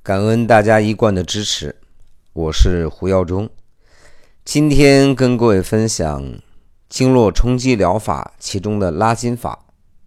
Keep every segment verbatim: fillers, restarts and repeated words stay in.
感恩大家一贯的支持，我是胡耀中。今天跟各位分享经络冲击疗法其中的拉筋法。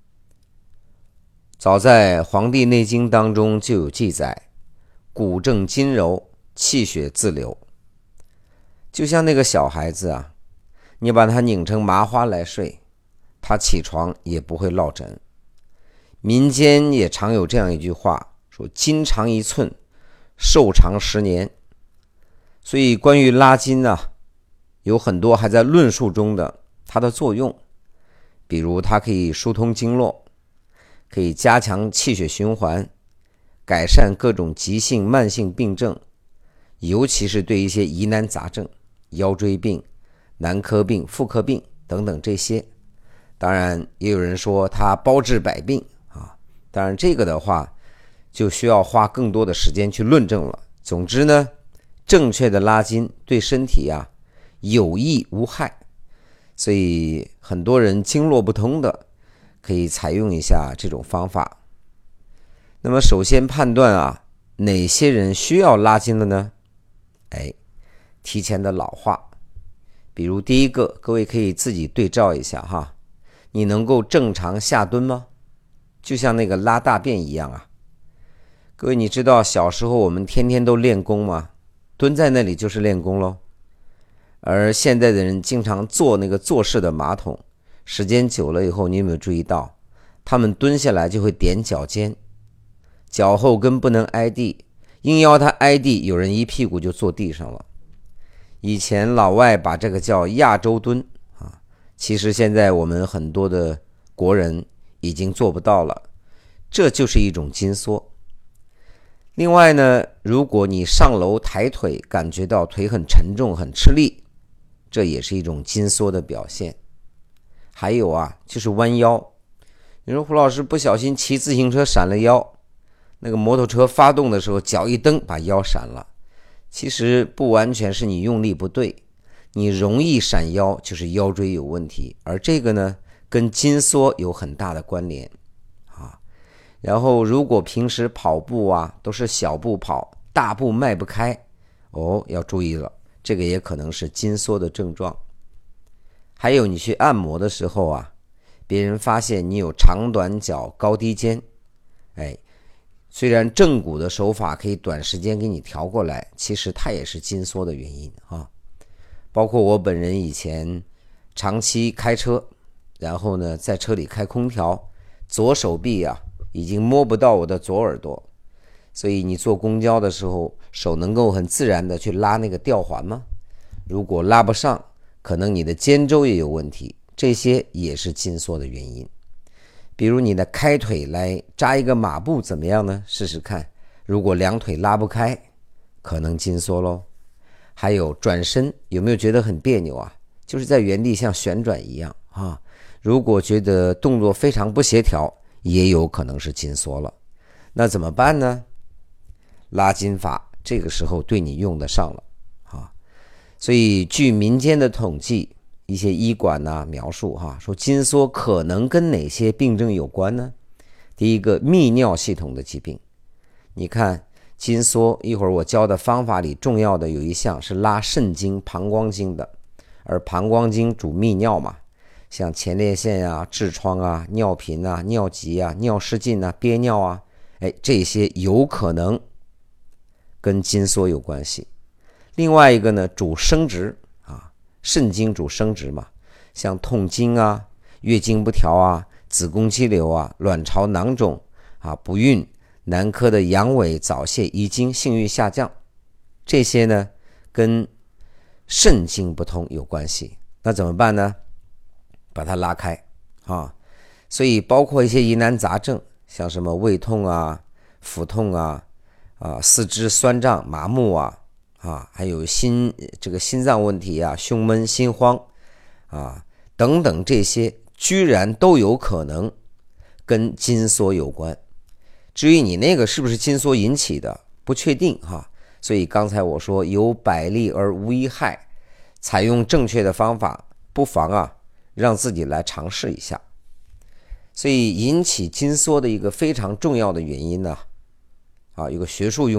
早在《黄帝内经》当中就有记载，骨正筋柔，气血自流。就像那个小孩子啊，你把他拧成麻花来睡，他起床也不会落枕。民间也常有这样一句话，说筋长一寸，寿长十年。所以关于拉筋啊，有很多还在论述中的它的作用，比如它可以疏通经络，可以加强气血循环，改善各种急性慢性病症，尤其是对一些疑难杂症，腰椎病、男科病、妇科病等等这些。当然也有人说它包治百病啊，当然这个的话就需要花更多的时间去论证了。总之呢，正确的拉筋对身体啊有益无害，所以很多人经络不通的可以采用一下这种方法。那么首先判断啊，哪些人需要拉筋的呢？哎，提前的老化。比如第一个，各位可以自己对照一下哈，你能够正常下蹲吗？就像那个拉大便一样啊。各位，你知道小时候我们天天都练功吗？蹲在那里就是练功咯。而现在的人经常坐那个坐式的马桶，时间久了以后，你有没有注意到他们蹲下来就会踮脚尖，脚后跟不能挨地，硬要他挨地，有人一屁股就坐地上了。以前老外把这个叫亚洲蹲啊，其实现在我们很多的国人已经做不到了，这就是一种筋缩。另外呢，如果你上楼抬腿感觉到腿很沉重很吃力，这也是一种筋缩的表现。还有啊，就是弯腰。你说胡老师不小心骑自行车闪了腰，那个摩托车发动的时候脚一蹬把腰闪了，其实不完全是你用力不对，你容易闪腰就是腰椎有问题，而这个呢跟筋缩有很大的关联啊。然后如果平时跑步啊都是小步跑，大步迈不开，哦，要注意了，这个也可能是筋缩的症状。还有你去按摩的时候啊，别人发现你有长短脚、高低肩，哎，虽然正骨的手法可以短时间给你调过来，其实它也是筋缩的原因啊。包括我本人以前长期开车，然后呢在车里开空调，左手臂啊已经摸不到我的左耳朵，所以你坐公交的时候手能够很自然的去拉那个吊环吗？如果拉不上，可能你的肩周也有问题，这些也是筋缩的原因。比如你的开腿来扎一个马步怎么样呢？试试看，如果两腿拉不开，可能筋缩咯。还有转身，有没有觉得很别扭啊？就是在原地像旋转一样啊。如果觉得动作非常不协调，也有可能是筋缩了。那怎么办呢？拉筋法这个时候对你用得上了啊。所以据民间的统计，一些医馆啊描述哈，说筋缩可能跟哪些病症有关呢？第一个，泌尿系统的疾病。你看筋缩，一会儿我教的方法里重要的有一项是拉肾经、膀胱经的，而膀胱经主泌尿嘛，像前列腺啊、痔疮啊、尿频啊、尿急啊、尿失禁啊、憋尿啊，哎，这些有可能跟筋缩有关系。另外一个呢，主生殖啊，肾经主生殖嘛，像痛经啊、月经不调啊、子宫肌瘤啊、卵巢囊肿啊、不孕、男科的阳痿、早泄、遗精、性欲下降，这些呢跟肾经不通有关系。那怎么办呢？把它拉开啊。所以包括一些疑难杂症，像什么胃痛啊、腹痛啊、啊四肢酸胀、麻木啊。啊，还有心这个心脏问题啊，胸闷、心慌啊等等，这些居然都有可能跟筋缩有关。至于你那个是不是筋缩引起的，不确定哈。所以刚才我说有百利而无一害，采用正确的方法，不妨啊让自己来尝试一下。所以引起筋缩的一个非常重要的原因呢，啊，有个学术用语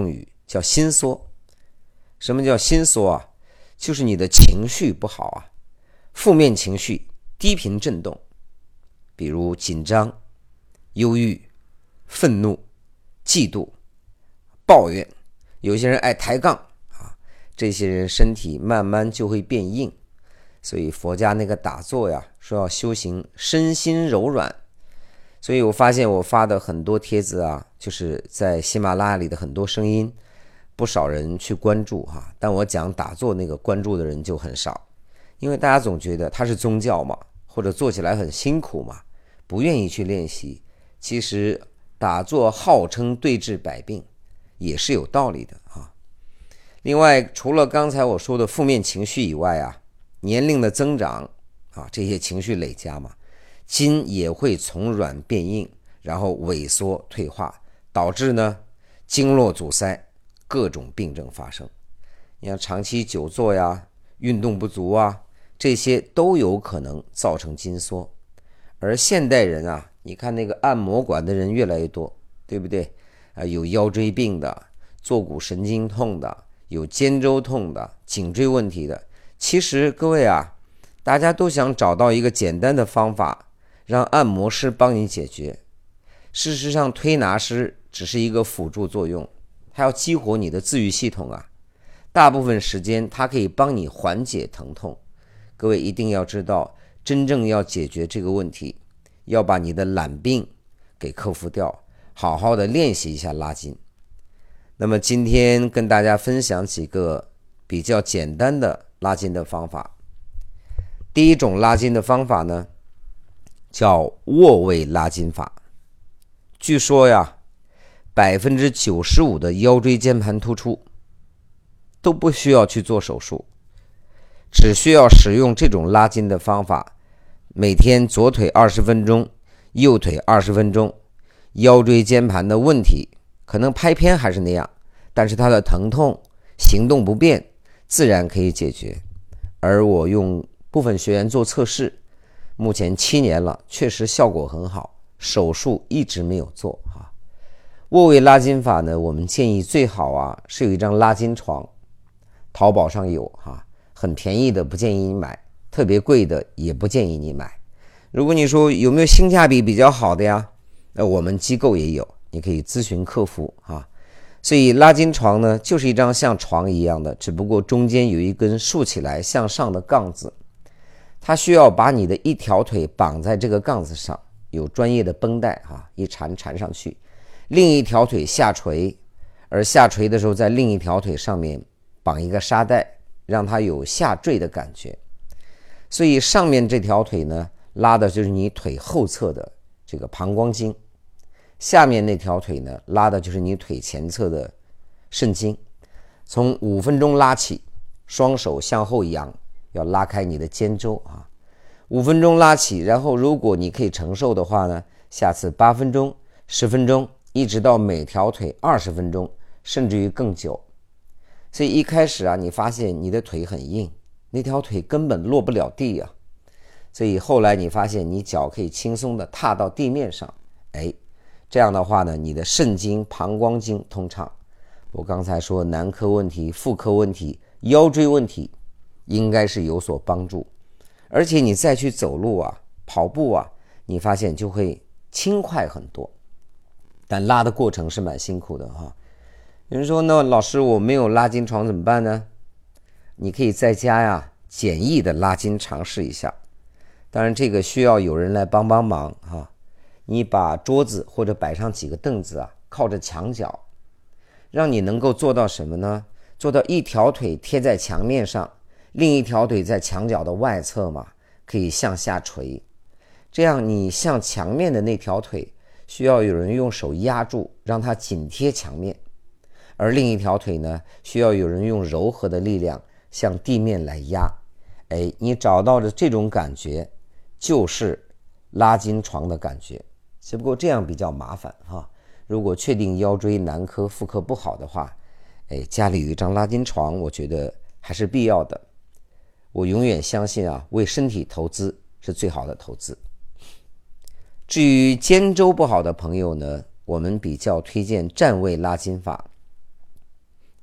叫心缩。什么叫心缩啊？就是你的情绪不好啊，负面情绪低频震动，比如紧张、忧郁、愤怒、嫉妒、抱怨，有些人爱抬杠啊，这些人身体慢慢就会变硬。所以佛家那个打坐呀，说要修行身心柔软。所以我发现我发的很多帖子啊，就是在喜马拉雅里的很多声音，不少人去关注哈，但我讲打坐那个关注的人就很少，因为大家总觉得它是宗教嘛，或者做起来很辛苦嘛，不愿意去练习。其实打坐号称对治百病，也是有道理的啊。另外，除了刚才我说的负面情绪以外啊，年龄的增长啊，这些情绪累加嘛，筋也会从软变硬，然后萎缩退化，导致呢经络阻塞，各种病症发生。你像长期久坐呀、运动不足啊，这些都有可能造成筋缩。而现代人啊，你看那个按摩馆的人越来越多，对不对啊？有腰椎病的，坐骨神经痛的，有肩周痛的，颈椎问题的。其实各位啊，大家都想找到一个简单的方法，让按摩师帮你解决。事实上，推拿师只是一个辅助作用，它要激活你的自愈系统啊。大部分时间它可以帮你缓解疼痛。各位一定要知道，真正要解决这个问题，要把你的懒病给克服掉，好好的练习一下拉筋。那么今天跟大家分享几个比较简单的拉筋的方法。第一种拉筋的方法呢，叫卧位拉筋法。据说呀，百分之九十五的腰椎间盘突出都不需要去做手术，只需要使用这种拉筋的方法，每天左腿二十分钟，右腿二十分钟，腰椎间盘的问题可能拍片还是那样，但是它的疼痛、行动不便自然可以解决。而我用部分学员做测试，目前七年了，确实效果很好，手术一直没有做啊。卧位拉筋法呢，我们建议最好啊是有一张拉筋床，淘宝上有哈，很便宜的不建议你买，特别贵的也不建议你买。如果你说有没有性价比比较好的呀，那我们机构也有，你可以咨询客服啊。所以拉筋床呢，就是一张像床一样的，只不过中间有一根竖起来向上的杠子，它需要把你的一条腿绑在这个杠子上，有专业的绷带啊，一缠缠上去，另一条腿下垂，而下垂的时候在另一条腿上面绑一个沙袋，让它有下坠的感觉。所以上面这条腿呢，拉的就是你腿后侧的这个膀胱经，下面那条腿呢，拉的就是你腿前侧的肾经。从五分钟拉起，双手向后仰，要拉开你的肩周啊。五分钟拉起，然后如果你可以承受的话呢，下次八分钟、十分钟，一直到每条腿二十分钟，甚至于更久。所以一开始啊，你发现你的腿很硬，那条腿根本落不了地啊。所以后来你发现你脚可以轻松的踏到地面上，哎，这样的话呢，你的肾经、膀胱经通畅。我刚才说男科问题、妇科问题、腰椎问题，应该是有所帮助。而且你再去走路啊、跑步啊，你发现就会轻快很多。但拉的过程是蛮辛苦的哈。有人说，那老师我没有拉筋床怎么办呢？你可以在家呀，简易的拉筋尝试一下。当然这个需要有人来帮帮忙哈。你把桌子或者摆上几个凳子啊，靠着墙角，让你能够做到什么呢？做到一条腿贴在墙面上，另一条腿在墙角的外侧嘛，可以向下垂。这样你向墙面的那条腿需要有人用手压住，让它紧贴墙面，而另一条腿呢，需要有人用柔和的力量向地面来压。哎，你找到的这种感觉就是拉筋床的感觉，只不过这样比较麻烦哈。如果确定腰椎、男科、妇科不好的话，哎，家里有一张拉筋床，我觉得还是必要的。我永远相信啊，为身体投资是最好的投资。至于肩周不好的朋友呢，我们比较推荐站位拉筋法。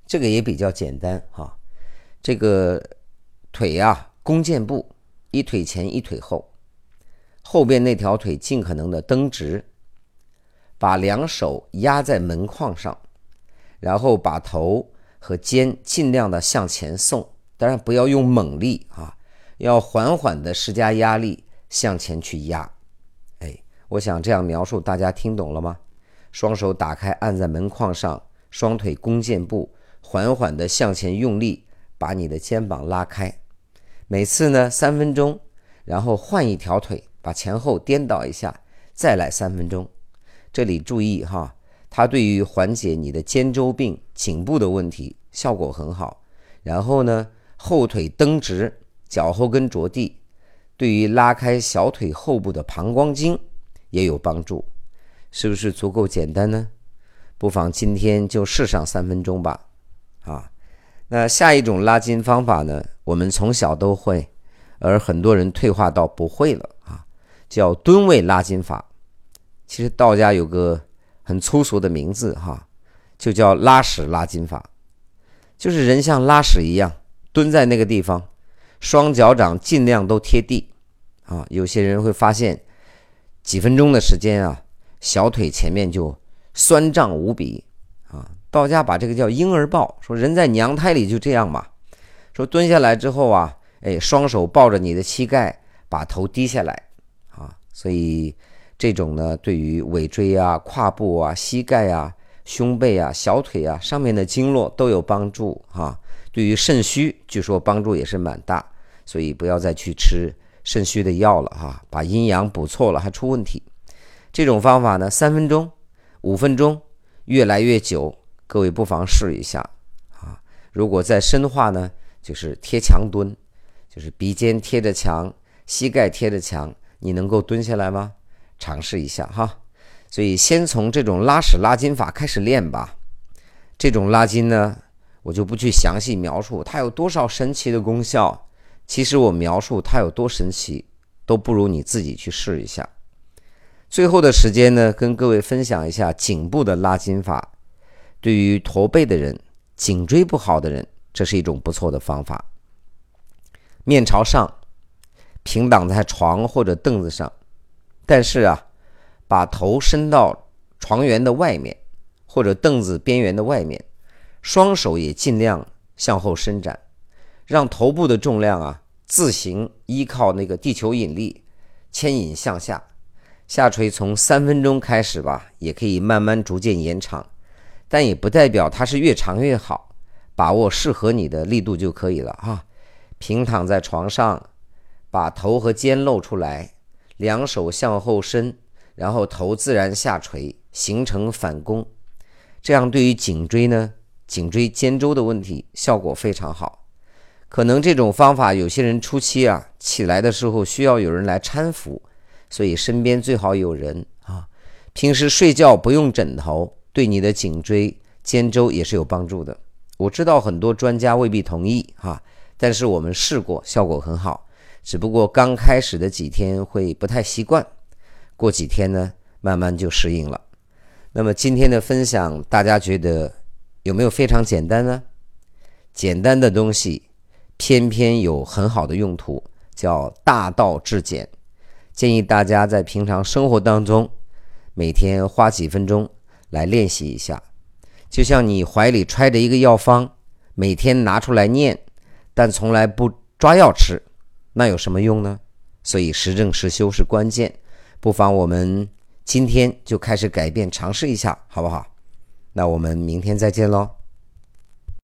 这个也比较简单哈。这个腿啊，弓箭步，一腿前一腿后，后边那条腿尽可能的蹬直，把两手压在门框上，然后把头和肩尽量的向前送，当然不要用猛力啊，要缓缓的施加压力向前去压。哎，我想这样描述大家听懂了吗？双手打开按在门框上，双腿弓箭步，缓缓的向前用力把你的肩膀拉开。每次呢三分钟，然后换一条腿，把前后颠倒一下，再来三分钟。这里注意哈，它对于缓解你的肩周病、颈部的问题效果很好。然后呢，后腿蹬直，脚后跟着地，对于拉开小腿后部的膀胱经也有帮助。是不是足够简单呢？不妨今天就试上三分钟吧。啊，那下一种拉筋方法呢，我们从小都会，而很多人退化到不会了啊，叫蹲位拉筋法。其实道家有个很粗俗的名字哈，就叫拉屎拉筋法。就是人像拉屎一样蹲在那个地方，双脚掌尽量都贴地啊。有些人会发现几分钟的时间啊，小腿前面就酸胀无比啊。道家把这个叫婴儿抱，说人在娘胎里就这样嘛。说蹲下来之后啊，哎，双手抱着你的膝盖，把头低下来啊。所以这种呢，对于尾椎啊、胯部啊、膝盖啊、胸背啊、小腿啊上面的经络都有帮助啊。对于肾虚，据说帮助也是蛮大，所以不要再去吃肾虚的药了哈，把阴阳补错了还出问题。这种方法呢，三分钟、五分钟，越来越久，各位不妨试一下啊。如果再深化呢，就是贴墙蹲，就是鼻尖贴着墙，膝盖贴着墙，你能够蹲下来吗？尝试一下哈。所以先从这种拉屎拉筋法开始练吧。这种拉筋呢，我就不去详细描述它有多少神奇的功效，其实我描述它有多神奇，都不如你自己去试一下。最后的时间呢，跟各位分享一下颈部的拉筋法。对于驼背的人、颈椎不好的人，这是一种不错的方法。面朝上，平躺在床或者凳子上，但是啊，把头伸到床缘的外面，或者凳子边缘的外面，双手也尽量向后伸展，让头部的重量啊自行依靠那个地球引力牵引向下。下垂从三分钟开始吧，也可以慢慢逐渐延长，但也不代表它是越长越好，把握适合你的力度就可以了哈。平躺在床上，把头和肩露出来，两手向后伸，然后头自然下垂，形成反弓。这样对于颈椎呢，颈椎肩周的问题效果非常好。可能这种方法有些人初期啊起来的时候需要有人来搀扶，所以身边最好有人啊。平时睡觉不用枕头，对你的颈椎肩周也是有帮助的。我知道很多专家未必同意啊，但是我们试过，效果很好。只不过刚开始的几天会不太习惯，过几天呢，慢慢就适应了。那么今天的分享，大家觉得有没有非常简单呢？简单的东西偏偏有很好的用途，叫大道至简。建议大家在平常生活当中，每天花几分钟来练习一下。就像你怀里揣着一个药方，每天拿出来念，但从来不抓药吃，那有什么用呢？所以实证实修是关键，不妨我们今天就开始改变，尝试一下，好不好？那我们明天再见咯。